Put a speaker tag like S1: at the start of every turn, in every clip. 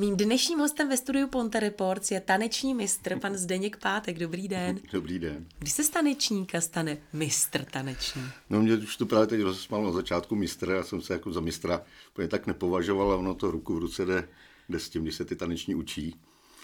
S1: Mým dnešním hostem ve studiu Ponte Reports je taneční mistr, pan Zdeněk Pátek. Dobrý den.
S2: Dobrý den.
S1: Když se z tanečníka stane mistr taneční?
S2: No mě už to právě teď rozesmálo na začátku mistr, já jsem se jako za mistra úplně tak nepovažoval a ono to ruku v ruce jde s tím, když se ty taneční učí.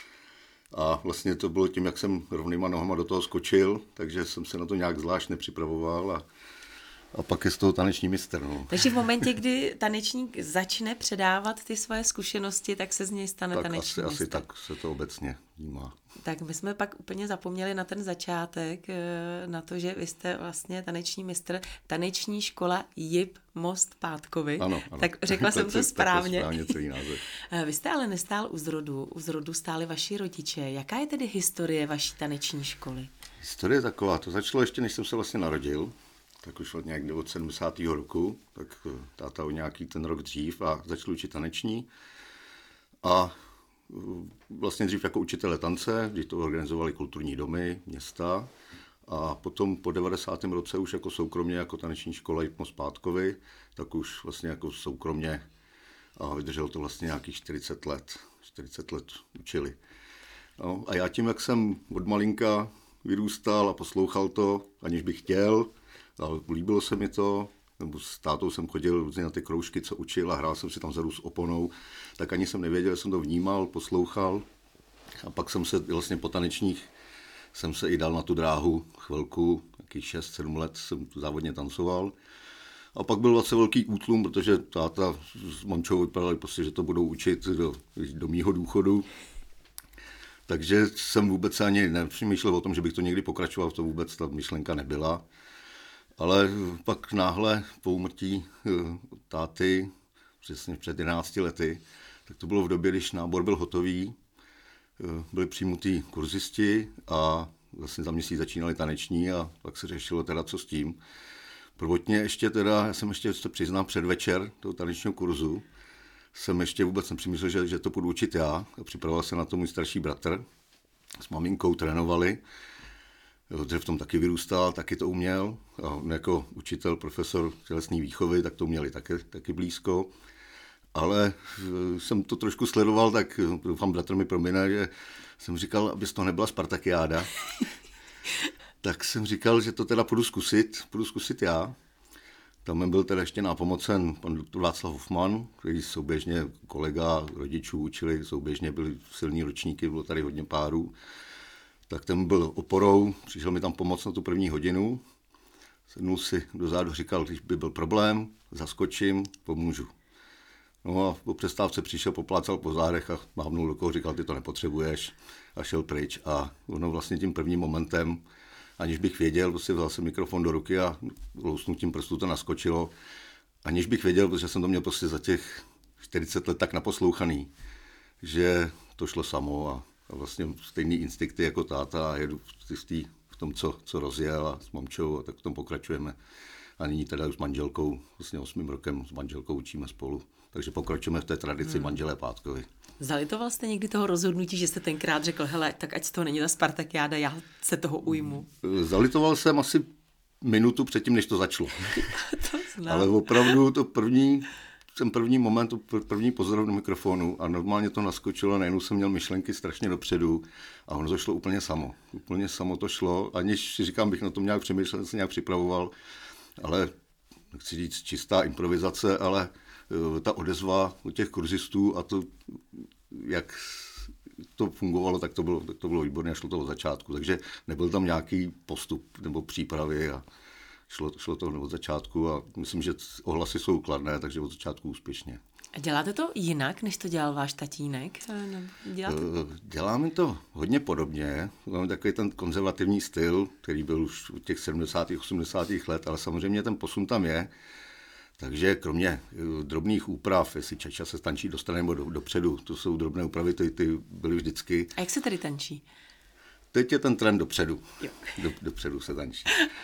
S2: A vlastně to bylo tím, jak jsem rovnýma nohama do toho skočil, takže jsem se na to nějak zvlášť nepřipravoval a pak je z toho taneční mistr. No.
S1: Takže v momentě, kdy tanečník začne předávat ty svoje zkušenosti, tak se z něj stane
S2: tak
S1: taneční mistr.
S2: asi tak se to obecně vnímá.
S1: Tak my jsme pak úplně zapomněli na ten začátek, na to, že vy jste vlastně taneční mistr, taneční škola JIP Most Pátkovi.
S2: Ano.
S1: Tak řekla jsem to správně.
S2: Správně celý název.
S1: Vy jste ale nestál u zrodu stáli vaši rodiče. Jaká je tedy historie vaší taneční školy?
S2: Historie je taková, to začalo ještě, než jsem se vlastně narodil, tak už někde od 70. roku, tak táta o nějaký ten rok dřív a začal učit taneční. A vlastně dřív jako učitele tance, kdy to organizovali kulturní domy, města. A potom po 90. roce už jako soukromně, jako taneční škola JIP Most Pátkovi, tak už vlastně jako soukromně a vydržel to vlastně nějakých 40 let. 40 let učili. No, a já tím, jak jsem od malinka vyrůstal a poslouchal to, aniž bych chtěl, ale líbilo se mi to, nebo s tátou jsem chodil na ty kroužky, co učil a hrál jsem si tam vzadu s oponou, tak ani jsem nevěděl, jsem to vnímal, poslouchal a pak jsem se vlastně po tanečních jsem se i dal na tu dráhu chvilku, nějakých 6-7 let jsem závodně tancoval. A pak byl vlastně velký útlum, protože táta s mamčou vypadali prostě, že to budou učit do mýho důchodu. Takže jsem vůbec ani nepřemýšlel o tom, že bych to někdy pokračoval, to vůbec ta myšlenka nebyla. Ale pak náhle po úmrtí táty, přesně před 11 lety, tak to bylo v době, když nábor byl hotový, byli přijmutí kurzisti a vlastně za měsíc začínali taneční a pak se řešilo teda, co s tím. Prvotně ještě teda, já jsem ještě se přiznám předvečer toho tanečního kurzu, jsem ještě vůbec nepřemýšlel, že to budu učit já a připravoval se na to můj starší bratr. S maminkou trénovali, protože v tom taky vyrůstal, taky to uměl. A on jako učitel, profesor tělesné výchovy, tak to uměli taky blízko. Ale jsem to trošku sledoval, tak doufám, bratr mi promine, že jsem říkal, abys to nebyla Spartakiáda. Tak jsem říkal, že to teda půjdu zkusit já. Tam byl teda ještě nápomocen pan Václav Hofman, který souběžně kolega rodičů učili, souběžně byli silní ročníky, bylo tady hodně párů. Tak ten byl oporou, přišel mi tam pomoct na tu první hodinu. Sednul si dozadu, říkal, když by byl problém, zaskočím, pomůžu. No a po přestávce přišel, poplácal po zádech a mávnul do koho, říkal, ty to nepotřebuješ a šel pryč. A ono vlastně tím prvním momentem, aniž bych věděl, prostě vzal jsem mikrofon do ruky a lousnutím prstů to naskočilo. Aniž bych věděl, protože jsem to měl prostě za těch 40 let tak naposlouchaný, že to šlo samo a vlastně stejný instinkty jako táta a jedu v tom, co rozjel a s mamčou a tak v tom pokračujeme. A nyní teda už s manželkou, vlastně 8. rokem s manželkou učíme spolu. Takže pokračujeme v té tradici manželé Pátkovi.
S1: Zalitoval jste někdy toho rozhodnutí, že jste tenkrát řekl, hele, tak ať z toho není ta Spartakiáda, já se toho ujmu?
S2: Zalitoval jsem asi minutu předtím, než to začalo. Ale opravdu ten první moment, první pozor do mikrofonu a normálně to naskočilo, najednou jsem měl myšlenky strašně dopředu a ono to šlo úplně samo. Úplně samo to šlo, aniž říkám, bych na tom nějak přemýšlel, se nějak připravoval, ale nechci říct čistá improvizace, ale ta odezva od těch kurzistů a to, jak to fungovalo, tak to bylo výborné a šlo to od začátku. Takže nebyl tam nějaký postup nebo přípravy a šlo to od začátku a myslím, že ohlasy jsou kladné, takže od začátku úspěšně.
S1: A děláte to jinak, než to dělal váš tatínek?
S2: Děláme to hodně podobně. Máme takový ten konzervativní styl, který byl už od těch 70. 80. let, ale samozřejmě ten posun tam je. Takže kromě drobných úprav, jestli čača se tančí dostane nebo dopředu, to jsou drobné úpravy, ty byly vždycky.
S1: A jak se tedy tančí?
S2: Teď je ten trend dopředu. Dopředu se tančí.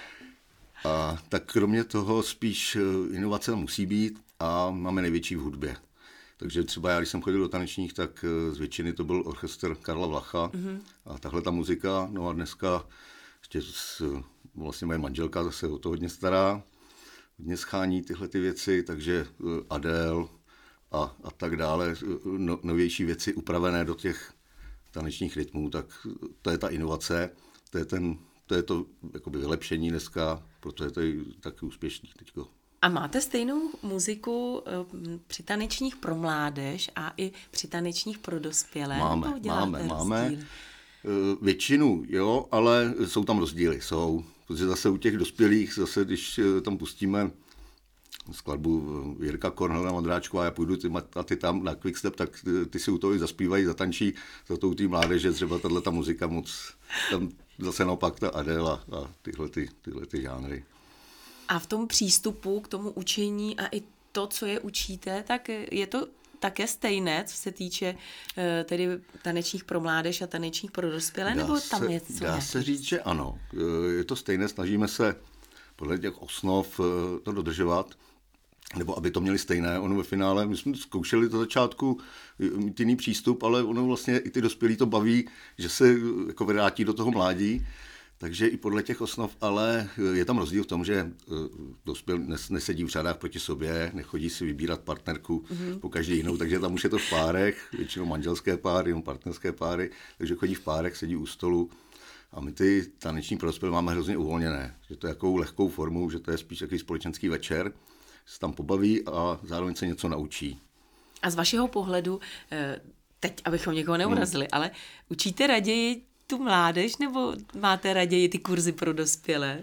S2: A tak kromě toho spíš inovace musí být a máme největší v hudbě. Takže třeba já, když jsem chodil do tanečních, tak z většiny to byl orchestr Karla Vlacha a tahle ta muzika. No a dneska ještě vlastně moje manželka zase o to hodně stará, hodně schání tyhle ty věci, takže Adele a tak dále, novější věci upravené do těch tanečních rytmů, tak to je ta inovace, to je to jakoby vylepšení dneska, proto je to i taky úspěšný teďko.
S1: A máte stejnou muziku při tanečních pro mládež a i při tanečních pro dospělé?
S2: Máme. Většinu, jo, ale jsou tam rozdíly, protože zase u těch dospělých, zase když tam pustíme skladbu Jirka Kornhela Modráčková, já půjdu ty tam na Quickstep, tak ty si u toho i zaspívají, zatančí, za tou tý mládeže, třeba tato muzika moc, tam zase naopak ta Adele a tyhle žánry.
S1: A v tom přístupu k tomu učení a i to, co je učíte, tak je to také stejné, co se týče tedy tanečních pro mládež a tanečních pro dospělé, nebo tam je co?
S2: Dá se říct, že ano. Je to stejné, snažíme se podle těch osnov to dodržovat, nebo aby to měli stejné. Ono ve finále, my jsme zkoušeli to začátku mít jiný přístup, ale ono vlastně i ty dospělí to baví, že se jako vrátí do toho mládí. Takže i podle těch osnov, ale je tam rozdíl v tom, že dospělí nesedí v řadách proti sobě, nechodí si vybírat partnerku po každý jinou, takže tam už je to v párech, většinou manželské páry, jenom partnerské páry, takže chodí v párech, sedí u stolu. A my ty taneční pro dospělé máme hrozně uvolněné, že to je jakou lehkou formou, že to je spíš takový společenský večer, se tam pobaví a zároveň se něco naučí.
S1: A z vašeho pohledu, teď abychom někoho neurazili, ale učíte raději tu mládež, nebo máte raději ty kurzy pro dospělé?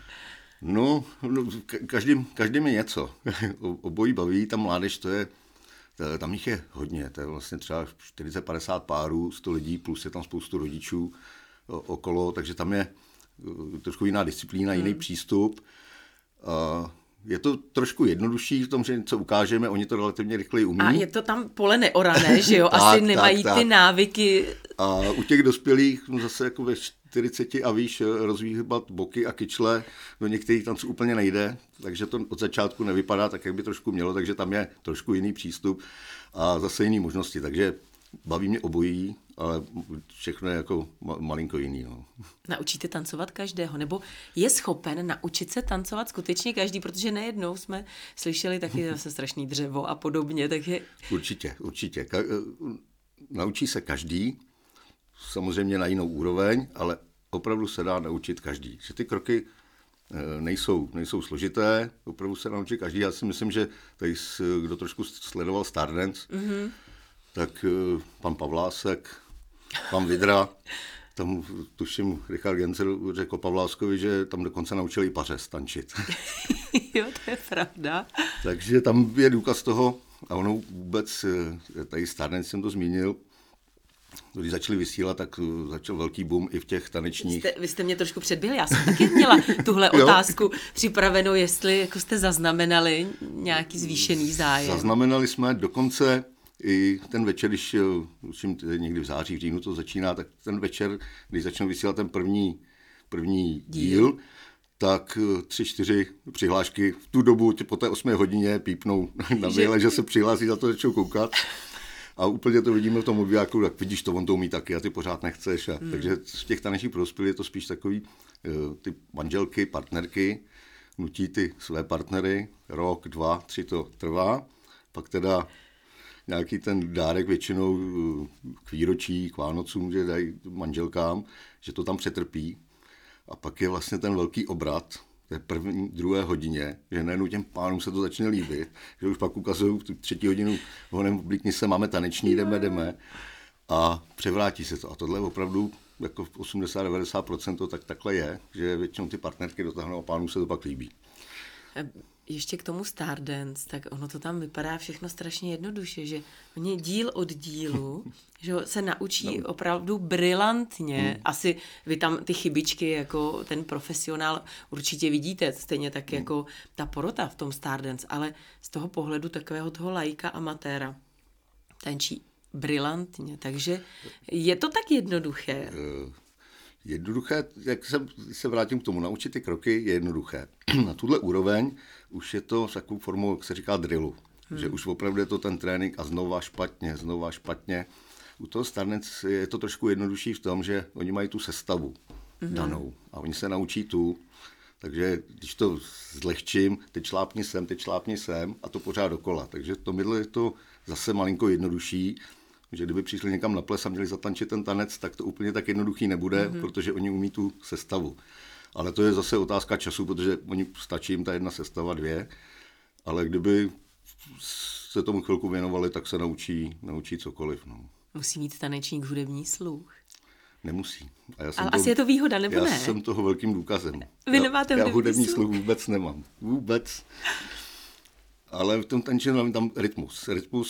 S2: No každým je něco. Obojí baví, ta mládež tam jich je hodně, to je vlastně třeba 40-50 párů, 100 lidí, plus je tam spoustu rodičů okolo, takže tam je trošku jiná disciplína, jiný přístup. Je to trošku jednodušší v tom, že něco ukážeme, oni to relativně rychleji umí.
S1: A je to tam pole neorané, že jo? Asi nemají ty návyky.
S2: A u těch dospělých zase jako ve 40 a výš rozvíhat boky a kyčle, do některých tam úplně nejde, takže to od začátku nevypadá tak, jak by trošku mělo, takže tam je trošku jiný přístup a zase jiný možnosti, takže baví mě obojí, ale všechno je jako malinko jiný. No.
S1: Naučíte tancovat každého? Nebo je schopen naučit se tancovat skutečně každý? Protože nejednou jsme slyšeli taky zase strašný dřevo a podobně. Takže...
S2: Určitě. Naučí se každý, samozřejmě na jinou úroveň, ale opravdu se dá naučit každý. Že ty kroky nejsou složité, opravdu se naučí každý. Já si myslím, že tady, kdo trošku sledoval Stardance, tak pan Pavlásek, pan Vidra, tam tuším Richard Gencer řekl Pavláskovi, že tam dokonce naučili pařez tančit.
S1: Jo, to je pravda.
S2: Takže tam je důkaz toho, a ono vůbec, tady Stardance jsem to zmínil, když začali vysílat, tak začal velký boom i v těch tanečních.
S1: Vy jste mě trošku předběhli, já jsem taky měla tuhle otázku připravenou, jestli jako jste zaznamenali nějaký zvýšený zájem.
S2: Zaznamenali jsme dokonce i ten večer, když někdy v září, v říjnu to začíná, tak ten večer, když začnou vysílat ten první díl, tak 3-4 přihlášky v tu dobu po té 8 hodině pípnou na maile, že se přihlásí, za to začnou koukat. A úplně to vidíme v tom odbíjáku, tak vidíš to, on to umí taky a ty pořád nechceš. Takže v těch tanečních pro dospělé je to spíš takový, ty manželky, partnerky, nutí ty své partnery, rok, 2, 3 to trvá, pak teda nějaký ten dárek většinou k výročí, k Vánocům, že dají manželkám, že to tam přetrpí. A pak je vlastně ten velký obrat, té první, druhé hodině, že najednou těm pánům se to začne líbit, že už pak ukazují tu 3. hodinu, honem oblíkni se, máme taneční, jdeme a převrátí se to. A tohle opravdu jako 80-90% to takhle je, že většinou ty partnerky dotáhnou a pánům se to pak líbí.
S1: Ještě k tomu Stardance, tak ono to tam vypadá všechno strašně jednoduše, že oni díl od dílu, že se naučí opravdu brilantně. Asi vy tam ty chybičky jako ten profesionál určitě vidíte, stejně tak jako ta porota v tom Stardance, ale z toho pohledu takového toho laika amatéra tančí brilantně, takže je to tak jednoduché.
S2: Jednoduché, jak se vrátím k tomu, naučit ty kroky je jednoduché. Na tuhle úroveň už je to takovou formou, jak se říká, drillu. Že už opravdu je to ten trénink a znova špatně. U toho Stardance je to trošku jednodušší v tom, že oni mají tu sestavu danou a oni se naučí Takže když to zlehčím, teď šlápni sem a to pořád dokola. Takže to mydlo je to zase malinko jednodušší, že kdyby přišli někam na ples a měli zatančit ten tanec, tak to úplně tak jednoduchý nebude, protože oni umí tu sestavu. Ale to je zase otázka času, protože oni stačí jim ta jedna sestava, 2, ale kdyby se tomu chvilku věnovali, tak se naučí cokoliv. No.
S1: Musí mít tanečník hudební sluch.
S2: Nemusí.
S1: Ale asi je to výhoda, nebo ne?
S2: Já jsem toho velkým důkazem.
S1: Vy nemáte
S2: hudební sluch vůbec nemám. Vůbec. Ale v tom tančení tam rytmus.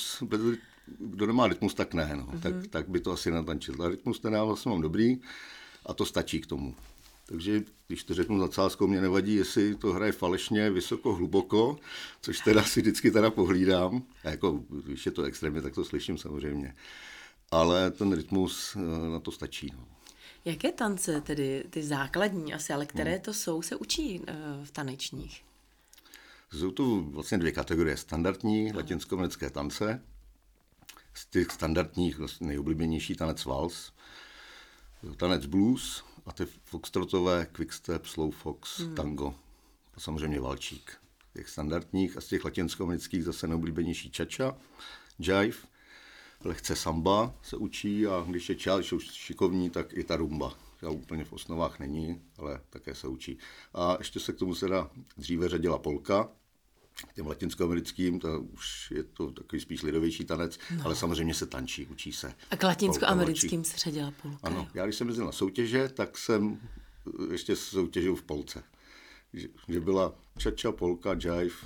S2: Kdo nemá rytmus, tak ne. No. Tak by to asi natančil. A rytmus ten já vlastně mám dobrý a to stačí k tomu. Takže když to řeknu nadsázkou, mě nevadí, jestli to hraje falešně, vysoko, hluboko, což teda si vždycky pohlídám. A jako, když je to extrémně, tak to slyším samozřejmě. Ale ten rytmus na to stačí. No.
S1: Jaké tance, tedy ty základní asi, ale které to jsou, se učí v tanečních?
S2: Jsou tu vlastně 2 kategorie. Standardní latinsko-americké tance. Z těch standardních vlastně nejoblíbenější tanec vals, tanec blues a ty foxtrotové, quickstep, slow fox, tango a samozřejmě valčík. Těch standardních a z těch latinsko-amerických zase nejoblíbenější cha-cha, jive, lehce samba se učí a když je čas, když jsou šikovní, tak i ta rumba. Ta úplně v osnovách není, ale také se učí. A ještě se k tomu dříve řadila polka, těm latinskoamerickým, to už je to takový spíš lidovější tanec, ale samozřejmě se tančí, učí se.
S1: A k latinskoamerickým se řadila polka.
S2: Ano, já když jsem jezdil na soutěže, tak jsem ještě soutěžil v polce. Že byla cha-cha, polka, jive,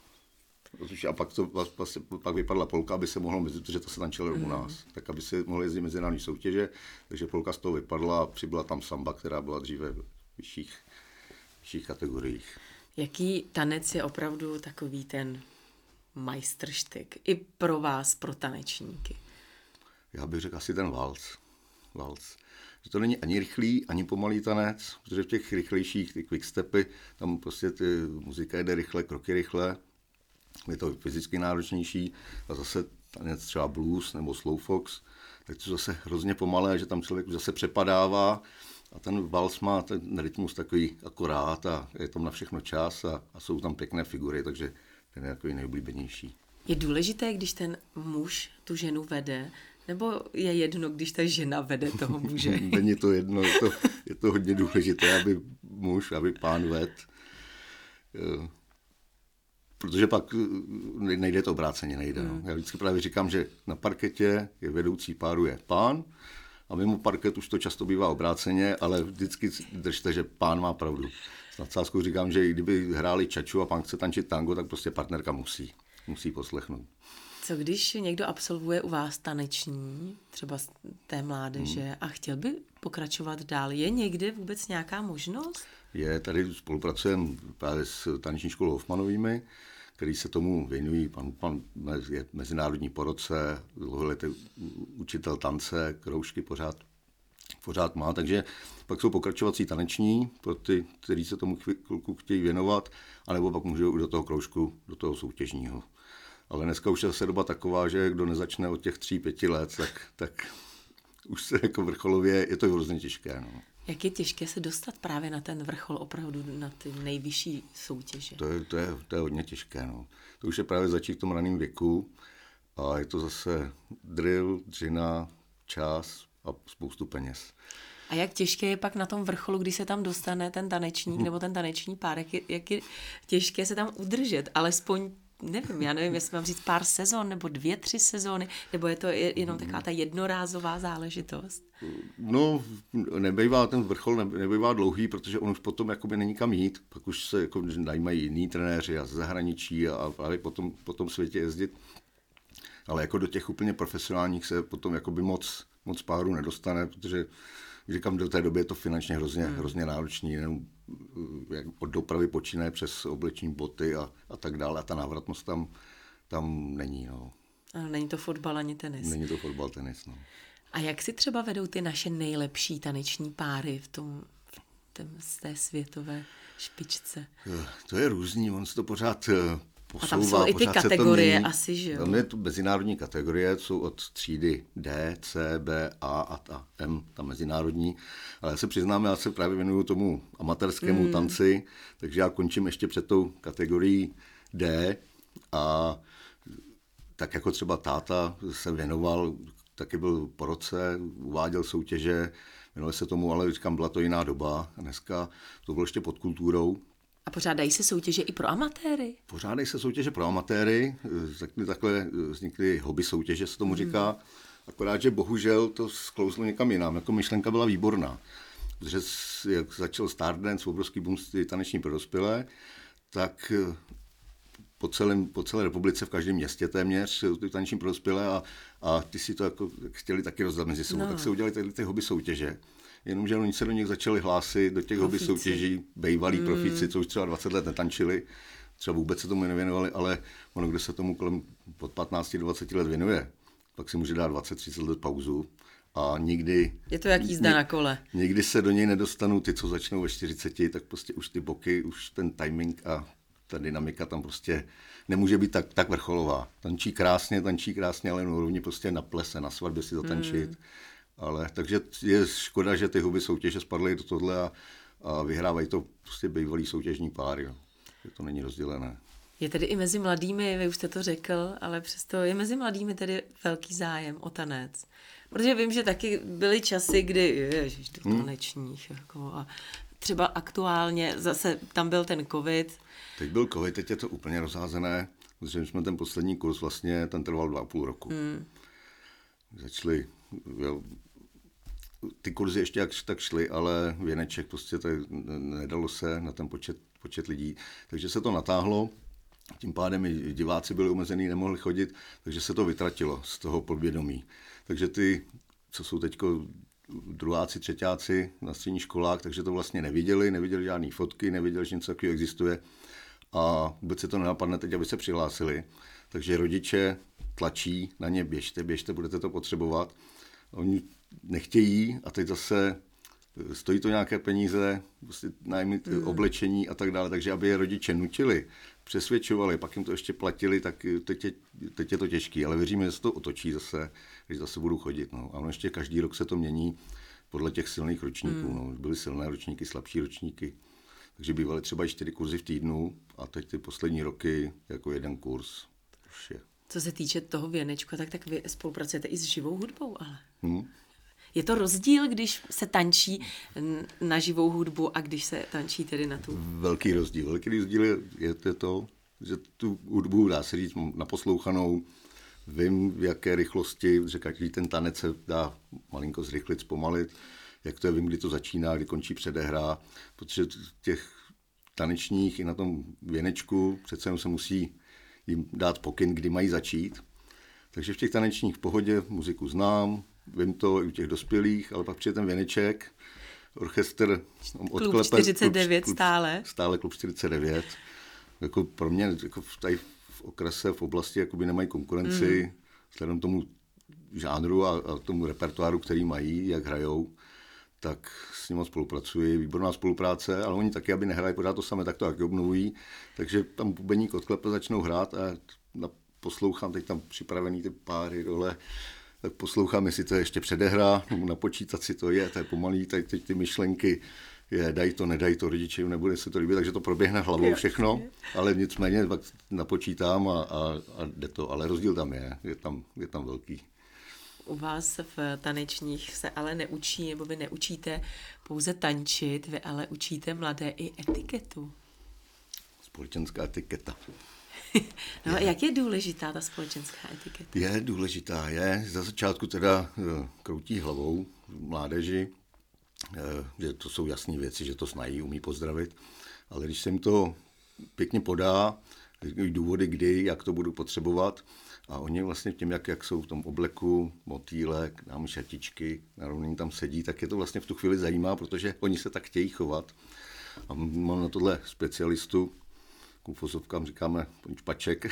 S2: a pak vypadla polka, aby se mohlo mezi, protože to se tančilo u nás, tak aby se mohly jezdit mezinárodní soutěže, takže polka z toho vypadla a přibyla tam samba, která byla dříve v vyšších kategoriích.
S1: Jaký tanec je opravdu takový ten majstrštyk i pro vás, pro tanečníky?
S2: Já bych řekl asi ten vals. Že to není ani rychlý, ani pomalý tanec, protože v těch rychlejších, ty quickstepy, tam prostě ty muzika jede rychle, kroky rychle, je to fyzicky náročnější a zase tanec třeba blues nebo slow fox, tak to zase hrozně pomalé, že tam člověk už zase přepadává a ten vals má ten rytmus takový akorát a je tam na všechno čas a jsou tam pěkné figury, takže ten je takový nejoblíbenější.
S1: Je důležité, když ten muž tu ženu vede, nebo je jedno, když ta žena vede toho muže?
S2: Není to jedno, je to hodně důležité, aby pán vedl. Protože pak nejde to obráceně, nejde. No. Já vždycky právě říkám, že na parketě je vedoucí páru je pán a mimo parket už to často bývá obráceně, ale vždycky držte, že pán má pravdu. S nadsázkou říkám, že i kdyby hráli čaču a pán chce tančit tango, tak prostě partnerka musí poslechnout.
S1: Co když někdo absolvuje u vás taneční, třeba z té mládeže, a chtěl by pokračovat dál? Je někde vůbec nějaká možnost?
S2: Tady spolupracujeme právě s taneční školou Hofmanovými, který se tomu věnují. Pan je mezinárodní porodce, dlouholetý učitel tance, kroužky pořád má, takže pak jsou pokračovací taneční pro ty, kteří se tomu chvilku chtějí věnovat, anebo pak můžou do toho kroužku, do toho soutěžního. Ale dneska už je zase doba taková, že kdo nezačne od těch 3-5 let, tak už se jako vrcholově, je to hrozně těžké. No.
S1: Jak je těžké se dostat právě na ten vrchol, opravdu na ty nejvyšší soutěže?
S2: To je hodně těžké. No. To už je právě začít v tom raném věku a je to zase drill, dřina, čas a spoustu peněz.
S1: A jak těžké je pak na tom vrcholu, když se tam dostane ten tanečník nebo ten taneční pár, jak je těžké se tam udržet, alespoň já nevím, jestli mám říct pár sezon, nebo 2-3 sezóny, nebo je to jenom taková ta jednorázová záležitost?
S2: No, nebejvá ten vrchol, nebejvá dlouhý, protože on už potom jakoby není kam jít, pak už se jako najímají jiní trenéři a z zahraničí a právě po tom světě jezdit, ale jako do těch úplně profesionálních se potom jakoby moc párů nedostane, protože říkám, do té doby je to finančně hrozně náročný, jenom jak od dopravy počínaje přes obleční boty a tak dále a ta návratnost tam není. No.
S1: Ano, není to fotbal ani tenis.
S2: Není to fotbal, tenis. No.
S1: A jak si třeba vedou ty naše nejlepší taneční páry z té světové špičce?
S2: To je různý, on se to pořád
S1: A tam jsou i ty kategorie asi, že jo?
S2: Tam je tu mezinárodní kategorie, jsou od třídy D, C, B, A a M, ta mezinárodní. Ale já se přiznám, já se právě věnuju tomu amatérskému tanci, takže já končím ještě před tou kategorií D a tak jako třeba táta se věnoval, taky byl po roce, uváděl soutěže, věnoval se tomu, ale říkám, byla to jiná doba a dneska to bylo ještě pod kulturou.
S1: A pořádají se soutěže i pro amatéry?
S2: Pořádají se soutěže pro amatéry, takhle vznikly hobby soutěže, se tomu říká, akorát, že bohužel to sklouzlo někam jinam, jako myšlenka byla výborná, protože jak začal Stardance, obrovský boom taneční pro dospělé, tak po celé republice, v každém městě téměř, ty taneční pro dospělé a ty si to jako chtěli taky rozdat mezi sebou, tak se udělali ty hobby soutěže. Jenomže oni se do nich začali hlásit, do těch hobby soutěží, bejvalí profíci, co už třeba 20 let netančili, třeba vůbec se tomu nevěnovali, ale ono, kdo se tomu kolem od 15-20 let věnuje, pak si může dát 20-30 let pauzu a nikdy...
S1: Je to jak jízda na kole.
S2: Nikdy se do něj nedostanou ty, co začnou ve 40, tak prostě už ty boky, už ten timing a ta dynamika tam prostě nemůže být tak vrcholová. Tančí krásně, ale na úrovni prostě na plese, na svatbě si zatančit. Ale takže je škoda, že ty hobby soutěže spadly do tohle a vyhrávají to prostě bývalý soutěžní páry. No. Že to není rozdělené.
S1: Je tedy i mezi mladými, vy už jste to řekl, ale přesto je mezi mladými tedy velký zájem o tanec. Protože vím, že taky byly časy, kdy ježiš, do tanečních. Jako, a třeba aktuálně zase tam byl ten covid.
S2: Teď byl covid, teď je to úplně rozházené, protože jsme ten poslední kurz vlastně, ten trval 2,5 roku. Začali, jo, ty kurzy ještě jak tak šly, ale věneček prostě to nedalo se na ten počet lidí, takže se to natáhlo, tím pádem i diváci byli omezený, nemohli chodit, takže se to vytratilo z toho podvědomí. Takže ty, co jsou teďko druháci, třeťáci na středních školách, takže to vlastně neviděli žádný fotky, neviděli, že něco takového existuje a vůbec se to nenapadne teď, aby se přihlásili. Takže rodiče tlačí na ně, běžte, budete to potřebovat. Oni nechtějí a teď zase stojí to nějaké peníze, prostě nájmy oblečení a tak dále, takže aby je rodiče nutili, přesvědčovali, pak jim to ještě platili, tak teď je to těžký, ale věříme, že se to otočí zase, když zase budou chodit. No. A ono ještě každý rok se to mění podle těch silných ročníků. No. Byly silné ročníky, slabší ročníky, takže bývaly třeba i 4 kurzy v týdnu a teď ty poslední roky jako 1 kurz.
S1: Co se týče toho věnečku, tak vy spolupracujete i s živou hudbou, ale... Je to rozdíl, když se tančí na živou hudbu a když se tančí tedy na tu...
S2: Velký rozdíl je to, že tu hudbu dá se říct naposlouchanou, vím, v jaké rychlosti, že každý ten tanec se dá malinko zrychlit, zpomalit, jak to je, vím, kdy to začíná, kdy končí předehra, protože těch tanečních i na tom věnečku přece jenom se musí jim dát pokyn, kdy mají začít. Takže v těch tanečních v pohodě muziku znám, vím to i u těch dospělých, ale pak přijde ten věneček, orchestr
S1: odklepe. Klub 49 stále.
S2: Stále klub 49. Jako pro mě jako tady v okrese, v oblasti jakoby nemají konkurenci, vzhledem tomu žánru a tomu repertoáru, který mají, jak hrajou, tak s nimi spolupracuji, výborná spolupráce, ale oni taky, aby nehráli pořád to samé, tak to taky obnovují, takže tam bubeník odklepe, začnou hrát a poslouchám, teď tam připravený ty páry dole, tak poslouchám, jestli to je ještě předehra, nebo napočítat si to je pomalý, teď ty myšlenky, dají to, nedají to, rodiče, nebude se to líbit, takže to proběhne hlavou všechno, ale nicméně pak napočítám a jde to, ale rozdíl tam je tam velký.
S1: U vás v tanečních se ale neučí, nebo vy neučíte pouze tančit, vy ale učíte mladé i etiketu.
S2: Společenská etiketa.
S1: No, jak je důležitá ta společenská etiketa?
S2: Je důležitá, za začátku teda kroutí hlavou mládeži, že to jsou jasné věci, že to znají, umí pozdravit, ale když se jim to pěkně podá, důvody kdy, jak to budu potřebovat, a oni vlastně tím, jak jsou v tom obleku, motýlek, dáme šatičky, narovnání tam sedí, tak je to vlastně v tu chvíli zajímá, protože oni se tak chtějí chovat. A mám na tohle specialistu, kufosovkám říkáme Paček,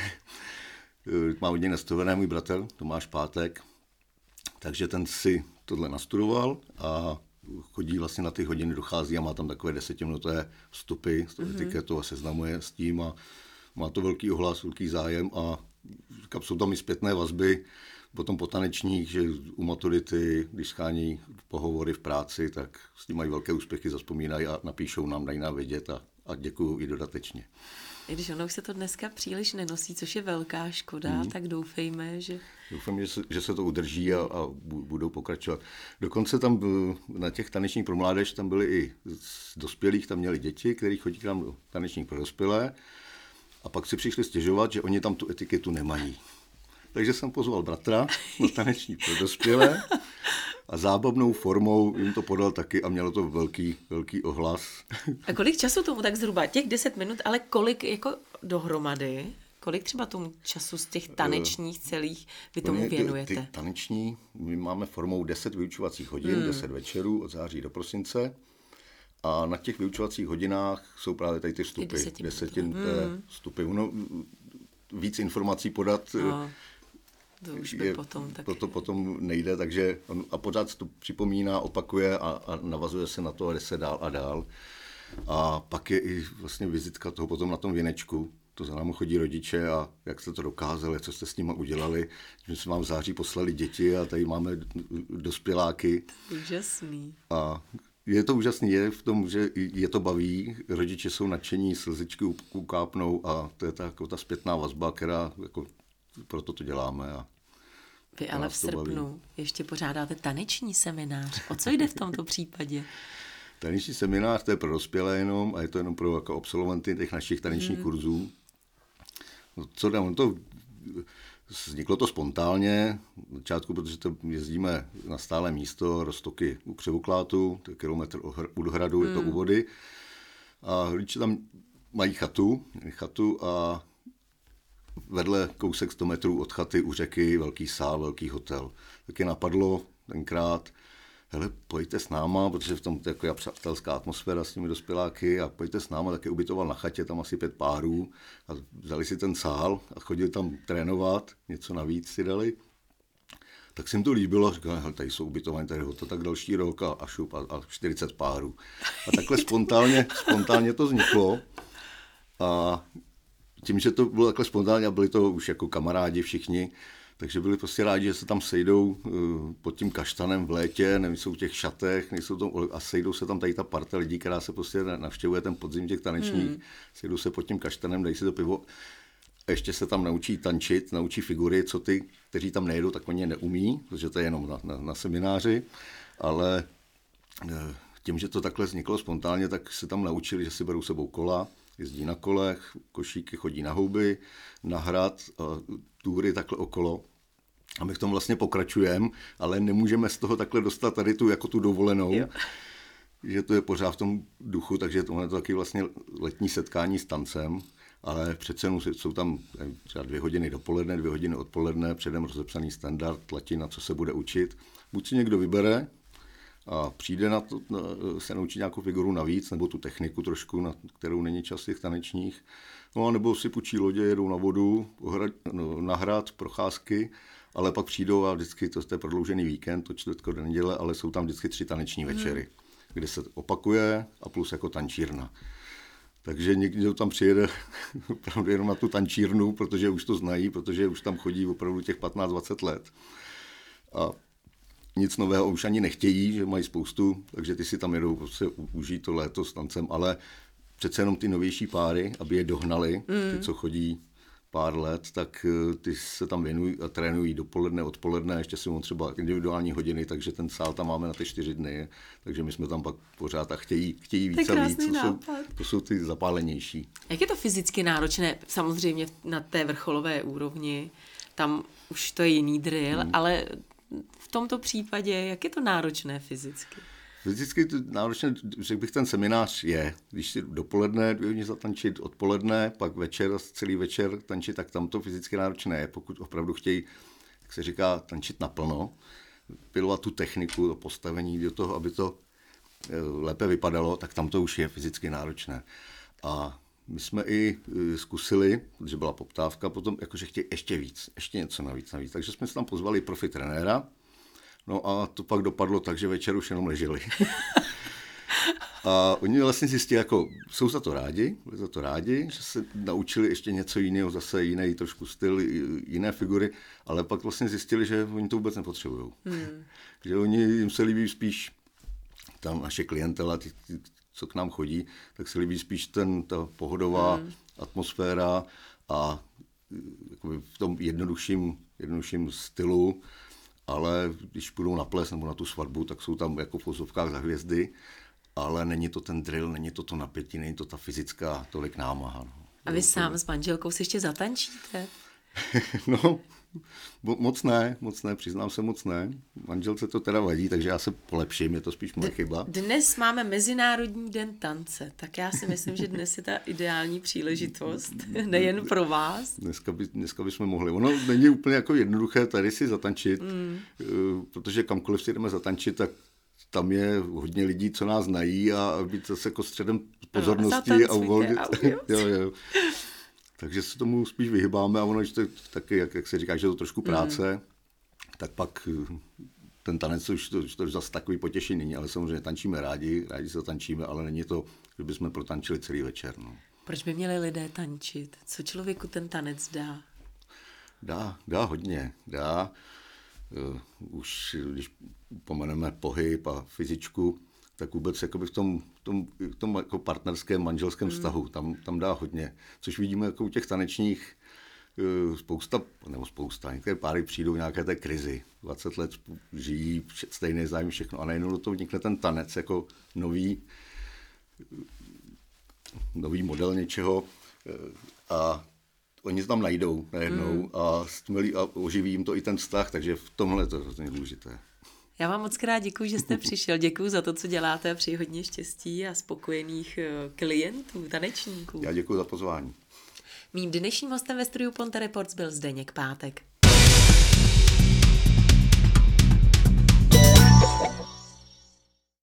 S2: má hodně nastavené můj bratr Tomáš Pátek, takže ten si tohle nastudoval a chodí vlastně na ty hodiny, dochází a má tam takové 10minutové vstupy s tou etiketou a seznamuje s tím a má to velký ohlas, velký zájem a jsou tam i zpětné vazby, potom po tanečních, že u maturity, když schání pohovory v práci, tak s tím mají velké úspěchy, zavzpomínají a napíšou nám, dají nám vědět a děkuju i dodatečně.
S1: I když ono už se to dneska příliš nenosí, což je velká škoda, tak doufejme, že...
S2: Doufám, že se to udrží a budou pokračovat. Dokonce tam na těch tanečních pro mládež tam byli i z dospělých, tam měli děti, kteří chodí k nám do tanečních pro dospělé a pak si přišli stěžovat, že oni tam tu etiketu nemají. Takže jsem pozval bratra na taneční pro dospělé a zábavnou formou jim to podal taky a mělo to velký ohlas.
S1: A kolik času tomu tak zhruba? Těch 10 minut, ale kolik jako dohromady? Kolik třeba tomu času z těch tanečních celých vy tomu věnujete?
S2: Ty taneční, my máme formou 10 vyučovacích hodin, 10 večerů od září do prosince a na těch vyučovacích hodinách jsou právě tady ty vstupy. Desetiminuté vstupy. Víc informací podat
S1: to už by potom tak...
S2: To potom nejde, takže a pořád to připomíná, opakuje a navazuje se na to a jde se dál a dál. A pak je i vlastně vizitka toho potom na tom věnečku. To za námi chodí rodiče a jak jste to dokázali, co jste s nimi udělali. My jsme vám v září poslali děti a tady máme dospěláky.
S1: Úžasný.
S2: A je to úžasný, je v tom, že je to baví, rodiče jsou nadšení, slzičky ukápnou a to je ta zpětná vazba, která jako proto to děláme.
S1: Vy ale v srpnu ještě pořádáte taneční seminář. O co jde v tomto případě?
S2: Taneční seminář, to je pro dospělé jenom a je to jenom pro jako absolventy těch našich tanečních kurzů. Co dám, vzniklo to spontánně, v začátku, protože to jezdíme na stále místo, Roztoky u Křivoklátu, to je kilometr od hradu, je to u vody. A rodiče tam mají chatu a vedle kousek 100 metrů od chaty u řeky, velký sál, velký hotel. Taky napadlo tenkrát, hele, pojďte s náma, protože v tom je taková přátelská atmosféra s těmi dospěláky a pojďte s náma, tak je ubytoval na chatě, tam asi 5 párů a vzali si ten sál a chodili tam trénovat, něco navíc si dali. Tak se jim to líbilo a říkali, hele, tady jsou ubytovaní, tady hotel, tak další rok a šup a 40 párů. A takhle spontánně to vzniklo a tím, že to bylo takhle spontánně a byli to už jako kamarádi všichni, takže byli prostě rádi, že se tam sejdou pod tím kaštanem v létě, nejsou v těch šatech, a sejdou se tam tady ta parta lidí, která se prostě navštěvuje ten podzim těch tanečních, sejdou se pod tím kaštanem, dají si to pivo a ještě se tam naučí tančit, naučí figury, co ty, kteří tam nejedou, tak oni je neumí, protože to je jenom na semináři, ale tím, že to takhle vzniklo spontánně, tak se tam naučili, že si berou sebou kola, jezdí na kolech, košíky, chodí na houby, na hrad, túry takhle okolo. A my v tom vlastně pokračujeme, ale nemůžeme z toho takhle dostat tady tu dovolenou, že to je pořád v tom duchu, takže to je to taky vlastně letní setkání s tancem, ale přece jenom jsou tam třeba 2 hodiny dopoledne, 2 hodiny odpoledne, předem rozepsaný standard, latina, co se bude učit. Buď si někdo vybere a přijde na to, se naučí nějakou figuru navíc, nebo tu techniku trošku, na kterou není čas těch tanečních, no a nebo si půjčí lodě, jedou na vodu, na hrad, procházky, ale pak přijdou a vždycky, to je prodloužený víkend, to čtvrtko do neděle, ale jsou tam vždycky 3 taneční večery, kde se opakuje a plus jako tančírna. Takže někdo tam přijede opravdu jenom na tu tančírnu, protože už to znají, protože už tam chodí opravdu těch 15-20 let. A nic nového už ani nechtějí, že mají spoustu, takže ty si tam jedou, prostě užijí to léto s tancem, ale přece jenom ty novější páry, aby je dohnali, ty, co chodí pár let, tak ty se tam věnují a trénují dopoledne, odpoledne, ještě jsou třeba individuální hodiny, takže ten sál tam máme na ty 4 dny, takže my jsme tam pak pořád a chtějí víc a víc, to jsou ty zapálenější.
S1: Jak je to fyzicky náročné? Samozřejmě na té vrcholové úrovni, tam už to je jiný drill, ale v tomto případě, jak je to náročné fyzicky?
S2: Fyzicky to náročné, řekl bych, ten seminář je. Když si dopoledne 2 hodiny zatančit, odpoledne, pak večer, celý večer tančit, tak tam to fyzicky náročné je. Pokud opravdu chtějí, jak se říká, tančit naplno, pilovat tu techniku, to postavení do toho, aby to lépe vypadalo, tak tam to už je fyzicky náročné. A my jsme i zkusili, protože byla poptávka, potom jakože chtějí ještě víc, ještě něco navíc. Takže jsme si tam pozvali profi trenéra, no a to pak dopadlo tak, že večer už jenom leželi. A oni vlastně zjistili, jako jsou za to rádi, že se naučili ještě něco jiného, zase jiný trošku styl, jiné figury, ale pak vlastně zjistili, že oni to vůbec nepotřebují. Že jim se líbí spíš, tam naše klientela, co k nám chodí, tak se líbí spíš ta pohodová atmosféra a v tom jednodušším stylu, ale když půjdou na ples nebo na tu svatbu, tak jsou tam jako v vozovkách za hvězdy, ale není to ten drill, není to napětí, není to ta fyzická tolik námaha. No.
S1: A vy sám s manželkou si ještě zatančíte?
S2: No, moc ne, přiznám se moc ne. Manželce to teda vadí, takže já se polepším, je to spíš moje chyba.
S1: Dnes máme Mezinárodní den tance, tak já si myslím, že dnes je ta ideální příležitost, nejen pro vás.
S2: Dneska bychom mohli. Ono není úplně jako jednoduché tady si zatančit, protože kamkoliv si jdeme zatančit, tak tam je hodně lidí, co nás znají a být zase jako středem pozornosti a uvolnit. Jo. Takže se tomu spíš vyhybáme a ono, že to taky, jak se říká, že je to trošku práce, tak pak ten tanec už to zase takový potěšení není, ale samozřejmě tančíme rádi se tančíme, ale není to, že bychom protančili celý večer. No.
S1: Proč by měli lidé tančit? Co člověku ten tanec dá?
S2: Dá hodně. Už když pomeneme pohyb a fyzičku, tak vůbec jakoby v tom jako partnerském, manželském vztahu, tam dá hodně. Což vidíme jako u těch tanečních spousta, některé páry přijdou v nějaké té krizi, 20 let žijí, stejné zájem, všechno a najednou do toho vnikne ten tanec jako nový model něčeho a oni to tam najdou najednou a oživí jim to i ten vztah, takže v tomhle to je hrozně důležité.
S1: Já vám moc krát děkuji, že jste přišel. Děkuji za to, co děláte, přeji hodně štěstí a spokojených klientů, tanečníků.
S2: Já děkuji za pozvání.
S1: Mým dnešním hostem ve studiu Ponte Reports byl Zdeněk Pátek.